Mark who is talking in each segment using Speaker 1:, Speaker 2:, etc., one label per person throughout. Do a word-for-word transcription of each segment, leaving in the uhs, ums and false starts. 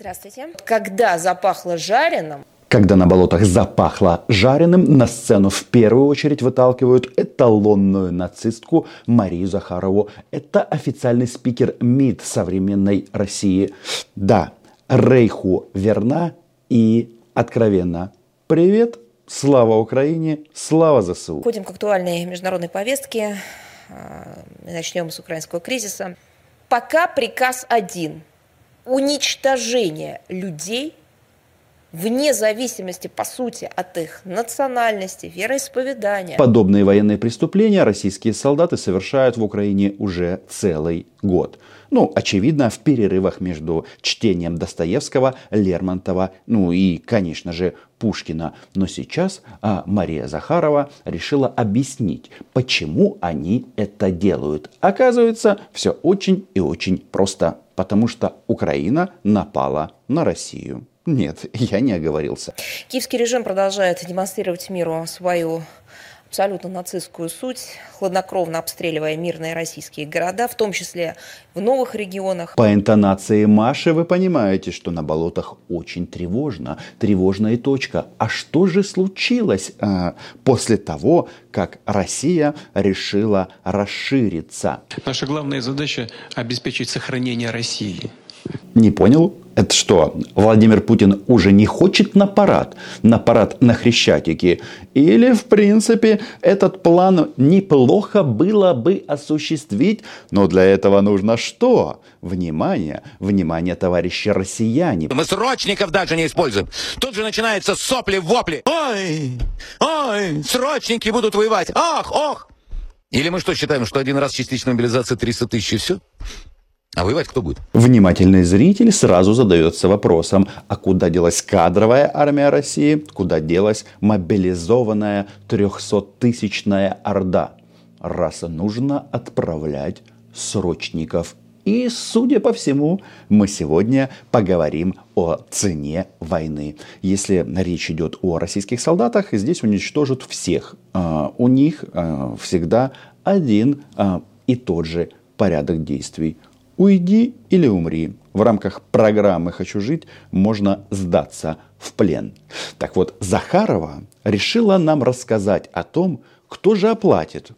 Speaker 1: Здравствуйте. Когда запахло жареным...
Speaker 2: Когда на болотах запахло жареным, на сцену в первую очередь выталкивают эталонную нацистку Марию Захарову. Это официальный спикер МИД современной России. Да, Рейху верна и откровенна. Привет, слава Украине, слава ЗСУ.
Speaker 1: Входим к актуальной международной повестке. Начнем с украинского кризиса. Пока приказ один. Уничтожение людей вне зависимости, по сути, от их национальности, вероисповедания.
Speaker 2: Подобные военные преступления российские солдаты совершают в Украине уже целый год. Ну, очевидно, в перерывах между чтением Достоевского, Лермонтова, ну и, конечно же, Пушкина. Но сейчас а, Мария Захарова решила объяснить, почему они это делают. Оказывается, все очень и очень просто. Потому что Украина напала на Россию. Нет, я не оговорился.
Speaker 1: Киевский режим продолжает демонстрировать миру свою абсолютно нацистскую суть, хладнокровно обстреливая мирные российские города, в том числе в новых регионах.
Speaker 2: По интонации Маши вы понимаете, что на болотах очень тревожно. Тревожная точка. А что же случилось э, после того, как Россия решила расшириться?
Speaker 3: Наша главная задача – обеспечить сохранение России.
Speaker 2: Не понял? Это что, Владимир Путин уже не хочет на парад? На парад на Хрещатике? Или, в принципе, этот план неплохо было бы осуществить, но для этого нужно что? Внимание, внимание, товарищи россияне.
Speaker 4: Мы срочников даже не используем. Тут же начинается сопли-вопли. Ой, ой, срочники будут воевать. Ах, ох. Или мы что, считаем, что один раз частичная мобилизация триста тысяч и все? А воевать кто будет?
Speaker 2: Внимательный зритель сразу задается вопросом, а куда делась кадровая армия России, куда делась мобилизованная трехсоттысячная орда? Раз нужно отправлять срочников. И, судя по всему, мы сегодня поговорим о цене войны. Если речь идет о российских солдатах, здесь уничтожат всех. У них всегда один и тот же порядок действий. Уйди или умри. В рамках программы «Хочу жить» можно сдаться в плен. Так вот, Захарова решила нам рассказать о том, кто же оплатит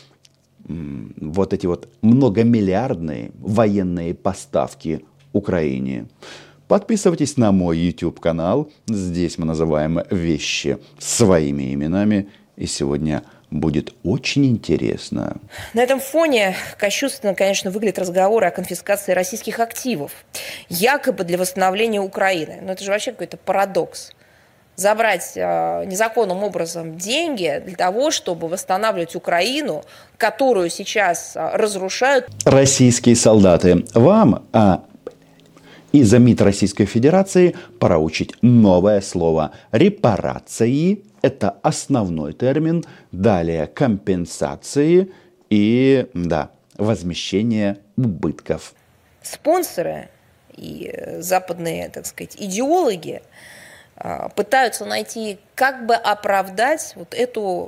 Speaker 2: вот эти вот многомиллиардные военные поставки Украине. Подписывайтесь на мой YouTube-канал. Здесь мы называем вещи своими именами. И сегодня будет очень интересно.
Speaker 1: На этом фоне кощунственно, конечно, выглядят разговоры о конфискации российских активов, якобы для восстановления Украины. Но это же вообще какой-то парадокс. Забрать э, незаконным образом деньги для того, чтобы восстанавливать Украину, которую сейчас э, разрушают
Speaker 2: российские солдаты. Вам а, из-за МИД Российской Федерации пора учить новое слово репарации. Это основной термин. Далее компенсации и, да, возмещение убытков.
Speaker 1: Спонсоры и западные, так сказать, идеологи пытаются найти, как бы оправдать вот эту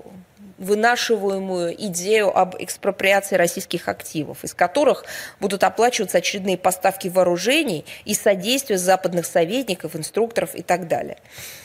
Speaker 1: вынашиваемую идею об экспроприации российских активов, из которых будут оплачиваться очередные поставки вооружений и содействие западных советников, инструкторов и так далее.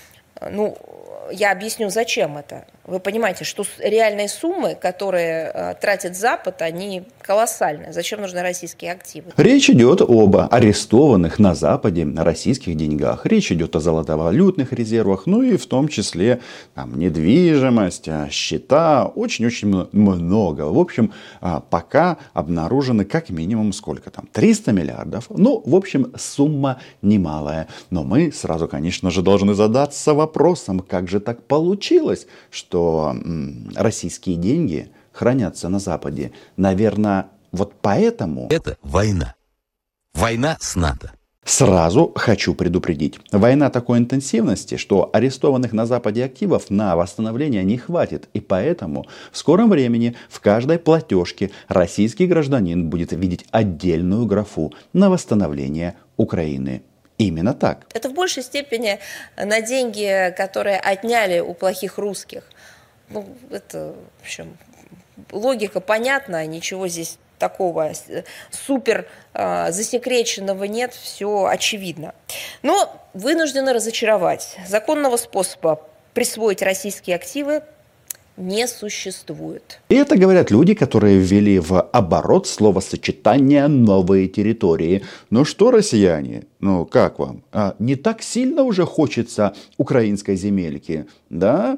Speaker 1: Ну, я объясню, зачем это. Вы понимаете, что реальные суммы, которые э, тратит Запад, они колоссальные. Зачем нужны российские активы?
Speaker 2: Речь идет об арестованных на Западе российских деньгах. Речь идет о золотовалютных резервах, ну и в том числе там, недвижимость, счета. Очень-очень много. В общем, пока обнаружены как минимум сколько там? триста миллиардов. Ну, в общем, сумма немалая. Но мы сразу, конечно же, должны задаться вопросом, как же так получилось, что российские деньги хранятся на Западе. Наверное, вот поэтому...
Speaker 4: Это война. Война с НАТО.
Speaker 2: Сразу хочу предупредить. Война такой интенсивности, что арестованных на Западе активов на восстановление не хватит. И поэтому в скором времени в каждой платежке российский гражданин будет видеть отдельную графу на восстановление Украины. Именно так.
Speaker 1: Это в большей степени на деньги, которые отняли у плохих русских. Ну, это, в общем, логика понятна, ничего здесь такого супер э, засекреченного нет, все очевидно. Но вынуждены разочаровать. Законного способа присвоить российские активы не существует.
Speaker 2: И это говорят люди, которые ввели в оборот словосочетание «новые территории». Ну что, россияне, ну как вам? А не так сильно уже хочется украинской земельки, да?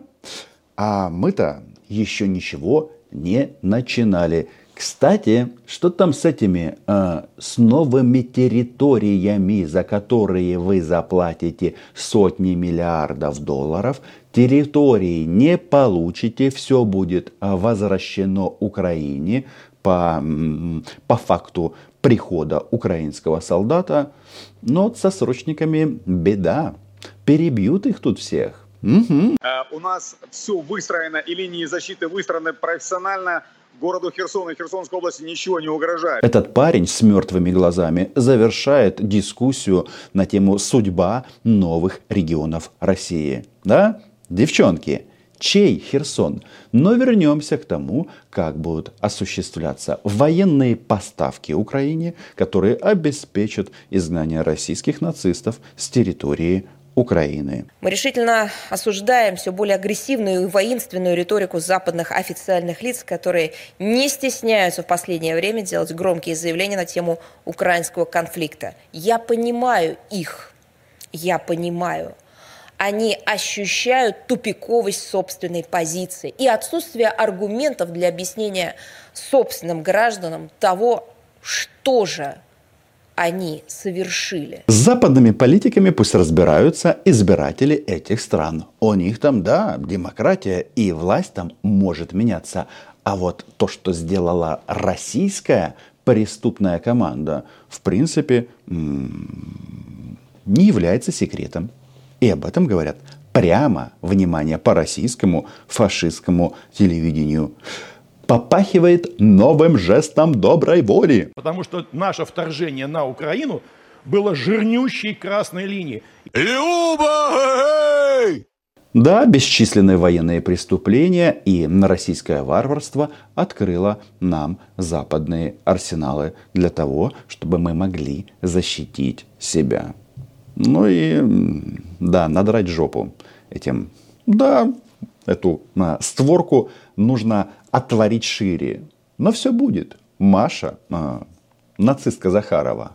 Speaker 2: А мы-то еще ничего не начинали. Кстати, что там с этими, э, с новыми территориями, за которые вы заплатите сотни миллиардов долларов, территории не получите, все будет возвращено Украине по, по факту прихода украинского солдата, но со срочниками беда, перебьют их тут всех. Угу.
Speaker 5: У нас все выстроено, и линии защиты выстроены профессионально. Городу Херсону и Херсонской области ничего не угрожает.
Speaker 2: Этот парень с мертвыми глазами завершает дискуссию на тему судьба новых регионов России. Да, девчонки, чей Херсон? Но вернемся к тому, как будут осуществляться военные поставки Украине, которые обеспечат изгнание российских нацистов с территории Украины.
Speaker 1: Мы решительно осуждаем все более агрессивную и воинственную риторику западных официальных лиц, которые не стесняются в последнее время делать громкие заявления на тему украинского конфликта. Я понимаю их, я понимаю. Они ощущают тупиковость собственной позиции и отсутствие аргументов для объяснения собственным гражданам того, что же они совершили.
Speaker 2: С западными политиками пусть разбираются избиратели этих стран. У них там, да, демократия и власть там может меняться. А вот то, что сделала российская преступная команда, в принципе, не является секретом. И об этом говорят прямо, внимание, по российскому фашистскому телевидению. Попахивает новым жестом доброй воли.
Speaker 6: Потому что наше вторжение на Украину было жирнющей красной линией.
Speaker 4: Люба!
Speaker 2: Да, бесчисленные военные преступления и российское варварство открыло нам западные арсеналы для того, чтобы мы могли защитить себя. Ну и, да, надрать жопу этим. Да, эту а, створку нужно отворить шире. Но все будет. Маша, а, нацистка Захарова,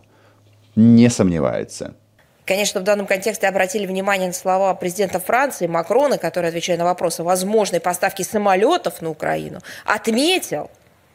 Speaker 2: не сомневается.
Speaker 1: Конечно, в данном контексте обратили внимание на слова президента Франции Макрона, который, отвечая на вопросы о возможной поставке самолетов на Украину, отметил,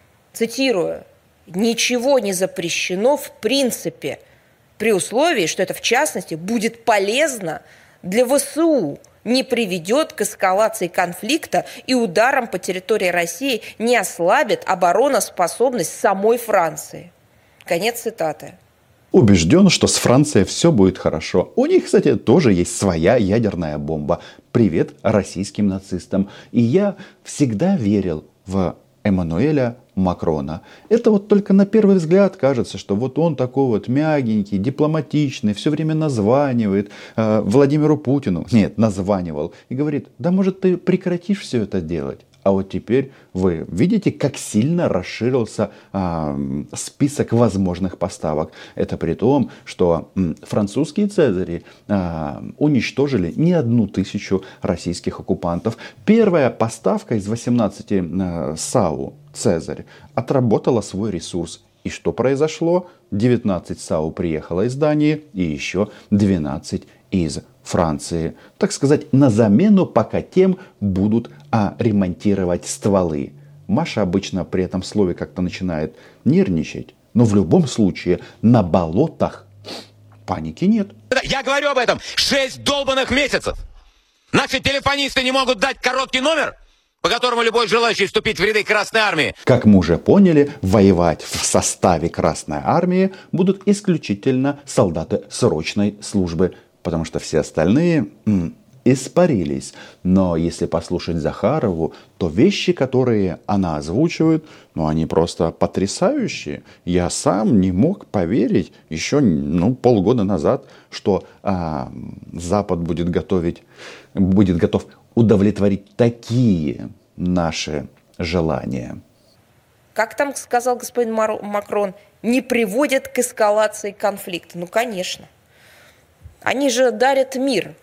Speaker 1: цитирую, «ничего не запрещено в принципе, при условии, что это в частности будет полезно для ВСУ, не приведет к эскалации конфликта и ударам по территории России не ослабит обороноспособность самой Франции». Конец цитаты.
Speaker 2: Убежден, что с Францией все будет хорошо. У них, кстати, тоже есть своя ядерная бомба. Привет российским нацистам. И я всегда верил в Эммануэля Макрона. Это вот только на первый взгляд кажется, что вот он такой вот мягенький, дипломатичный, все время названивает э, Владимиру Путину. Нет, названивал. И говорит, да может ты прекратишь все это делать. А вот теперь вы видите, как сильно расширился э, список возможных поставок. Это при том, что м, французские цезари э, уничтожили не одну тысячу российских оккупантов. Первая поставка из восемнадцати э, САУ «Цезарь» отработала свой ресурс. И что произошло? девятнадцать САУ приехало из Дании и еще двенадцать из Франции. Так сказать, на замену пока тем будут а, ремонтировать стволы. Маша обычно при этом слове как-то начинает нервничать. Но в любом случае на болотах паники нет.
Speaker 4: Я говорю об этом шесть долбанных месяцев. Наши телефонисты не могут дать короткий номер, по которому любой желающий вступить в ряды Красной Армии.
Speaker 2: Как мы уже поняли, воевать в составе Красной Армии будут исключительно солдаты срочной службы, потому что все остальные м, испарились. Но если послушать Захарову, то вещи, которые она озвучивает, ну, они просто потрясающие. Я сам не мог поверить еще ну, полгода назад, что а, Запад будет готовить, будет готов удовлетворить такие наши желания.
Speaker 1: как там сказал господин Макрон, не приводят к эскалации конфликта. Ну, конечно. Они же дарят мир.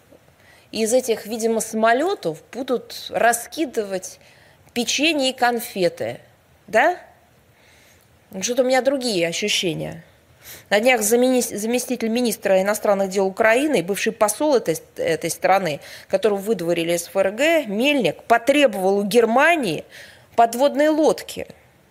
Speaker 1: И из этих, видимо, самолетов будут раскидывать печенье и конфеты. Да? Что-то у меня другие ощущения. На днях заместитель министра иностранных дел Украины, бывший посол этой, этой страны, которого выдворили из ФРГ, Мельник, потребовал у Германии подводные лодки.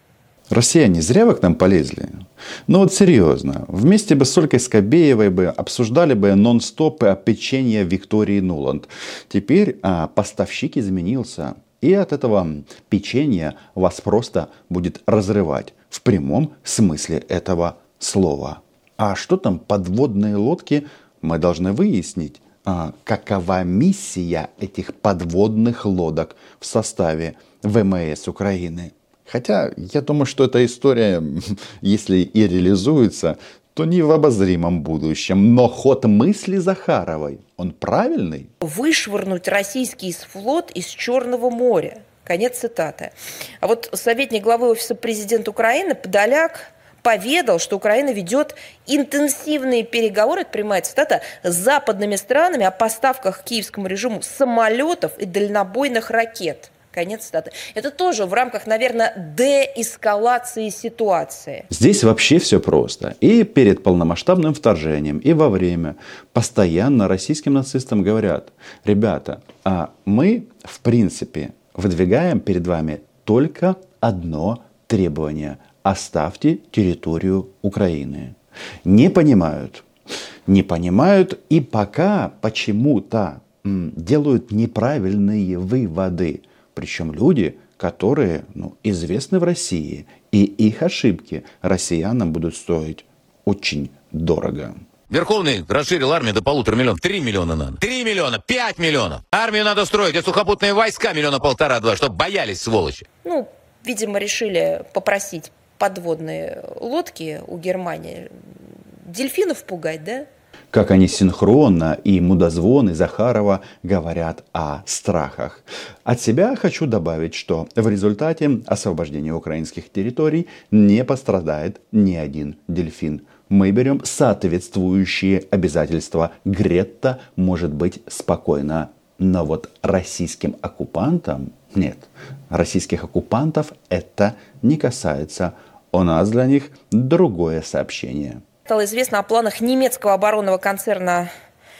Speaker 2: Россияне зря вы к нам полезли. Ну вот серьезно, вместе бы с Олькой Скобеевой бы обсуждали бы нон-стоп печенье Виктории Нуланд. Теперь а, поставщик изменился. И от этого печенья вас просто будет разрывать. В прямом смысле этого слова. А что там подводные лодки, мы должны выяснить. А какова миссия этих подводных лодок в составе ВМС Украины? Хотя я думаю, что эта история, если и реализуется, то не в обозримом будущем. Но ход мысли Захаровой, он правильный?
Speaker 1: Вышвырнуть российский флот из Черного моря. Конец цитаты. А вот советник главы Офиса президента Украины Подоляк поведал, что Украина ведет интенсивные переговоры, это прямая цитата, с западными странами о поставках киевскому режиму самолетов и дальнобойных ракет. Конец цитаты. Это тоже в рамках, наверное, деэскалации ситуации.
Speaker 2: Здесь вообще все просто. И перед полномасштабным вторжением, и во время постоянно российским нацистам говорят: ребята, а мы, в принципе, выдвигаем перед вами только одно требование. Оставьте территорию Украины. Не понимают. Не понимают и пока почему-то м, делают неправильные выводы. Причем люди, которые ну, известны в России. И их ошибки россиянам будут стоить очень дорого.
Speaker 4: Верховный расширил армию до полутора миллионов. Три миллиона надо. Три миллиона, пять миллионов. Армию надо строить, а сухопутные войска миллиона полтора-два, чтобы боялись, сволочи.
Speaker 1: Ну, видимо, решили попросить подводные лодки у Германии. Дельфинов пугать, да?
Speaker 2: Как они синхронно, и Мудозвон, и Захарова говорят о страхах. От себя хочу добавить, что в результате освобождения украинских территорий не пострадает ни один дельфин. Мы берем соответствующие обязательства. Гретта может быть спокойна. Но вот российским оккупантам нет. Российских оккупантов это не касается. У нас для них другое сообщение.
Speaker 1: Стало известно о планах немецкого оборонного концерна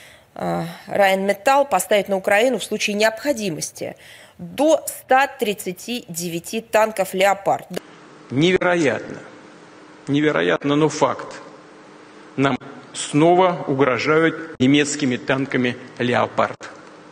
Speaker 1: э, Rheinmetall поставить на Украину в случае необходимости до ста тридцати девяти танков «Леопард».
Speaker 3: Невероятно. Невероятно, но факт. Нам снова угрожают немецкими танками «Леопард»,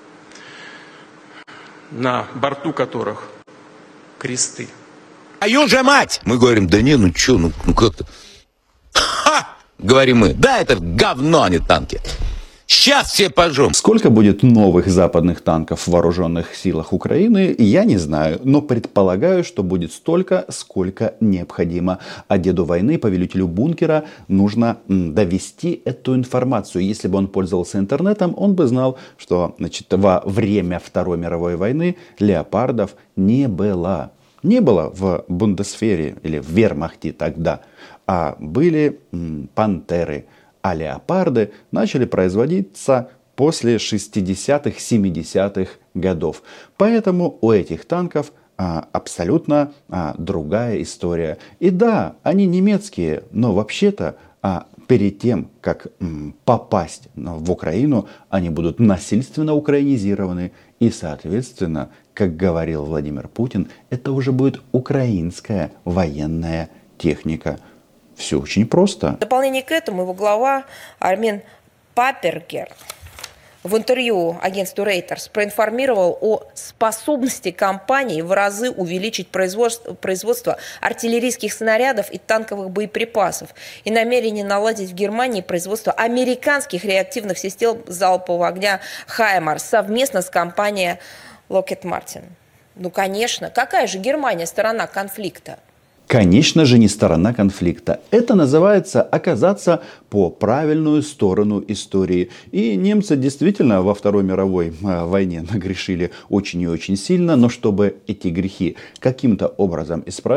Speaker 3: на борту которых кресты.
Speaker 4: Твою же мать! Мы говорим, да не, ну чё, ну, ну как-то... Ха! Говорим мы, да это говно, а не танки. Сейчас все пожжем.
Speaker 2: Сколько будет новых западных танков в вооруженных силах Украины, я не знаю. Но предполагаю, что будет столько, сколько необходимо. А деду войны, повелителю бункера, нужно довести эту информацию. Если бы он пользовался интернетом, он бы знал, что значит, во время Второй мировой войны леопардов не было. Не было в Бундесвере или в Вермахте тогда, а были м, пантеры. А леопарды начали производиться после шестидесятых, семидесятых годов. Поэтому у этих танков а, абсолютно а, другая история. И да, они немецкие, но вообще-то а, перед тем, как м, попасть в Украину, они будут насильственно украинизированы. И, соответственно, как говорил Владимир Путин, это уже будет украинская военная техника. Все очень просто.
Speaker 1: В дополнение к этому его глава Армен Папергер в интервью агентству Reuters проинформировал о способности компании в разы увеличить производство, производство артиллерийских снарядов и танковых боеприпасов и намерение наладить в Германии производство американских реактивных систем залпового огня «Хаймарс» совместно с компанией Lockheed Martin. Ну, конечно. Какая же Германия сторона конфликта?
Speaker 2: Конечно же, не сторона конфликта. Это называется оказаться по правильную сторону истории. И немцы действительно во Второй мировой войне нагрешили очень и очень сильно. Но чтобы эти грехи каким-то образом исправить,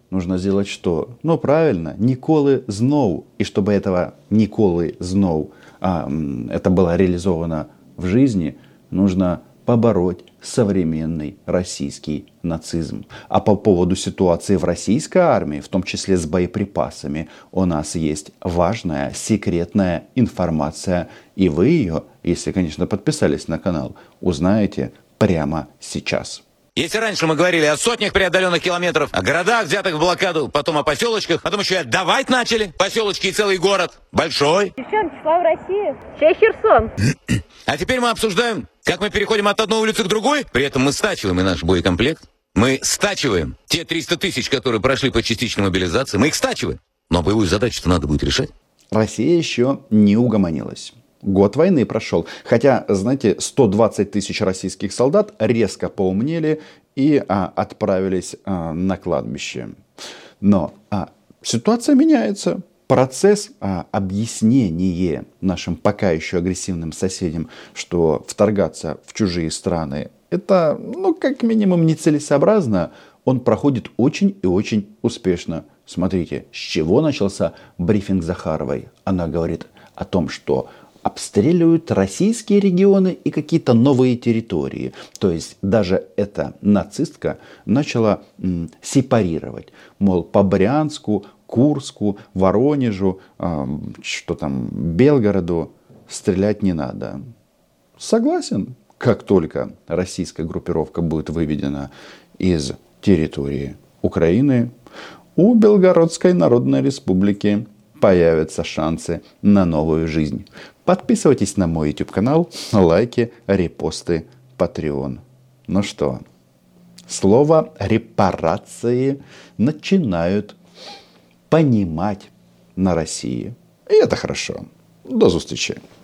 Speaker 2: нужно сделать что? Ну, правильно, ніколи знов. И чтобы этого ніколи знов а, это было реализовано в жизни, нужно побороть современный российский нацизм. А по поводу ситуации в российской армии, в том числе с боеприпасами, у нас есть важная секретная информация. И вы ее, если, конечно, подписались на канал, узнаете прямо сейчас.
Speaker 4: Если раньше мы говорили о сотнях преодоленных километров, о городах, взятых в блокаду, потом о поселочках, потом еще и отдавать начали. Поселочки и целый город. Большой.
Speaker 7: Девчонки, слава России. Чей Херсон?
Speaker 4: А теперь мы обсуждаем, как мы переходим от одной улицы к другой. При этом мы стачиваем и наш боекомплект. Мы стачиваем те триста тысяч, которые прошли по частичной мобилизации. Мы их стачиваем. Но боевую задачу-то надо будет решать.
Speaker 2: Россия еще не угомонилась. Год войны прошел. Хотя, знаете, сто двадцать тысяч российских солдат резко поумнели и а, отправились а, на кладбище. Но а, ситуация меняется. Процесс а, объяснения нашим пока еще агрессивным соседям, что вторгаться в чужие страны, это, ну, как минимум, нецелесообразно, он проходит очень и очень успешно. Смотрите, с чего начался брифинг Захаровой. Она говорит о том, что обстреливают российские регионы и какие-то новые территории. То есть даже эта нацистка начала м, сепарировать. Мол, по Брянску, Курску, Воронежу, э, что там, Белгороду стрелять не надо. Согласен, как только российская группировка будет выведена из территории Украины, у Белгородской Народной Республики появятся шансы на новую жизнь. Подписывайтесь на мой YouTube канал, лайки, репосты, Patreon. Ну что, слово репарации начинают понимать на России. И это хорошо. До зустрічі.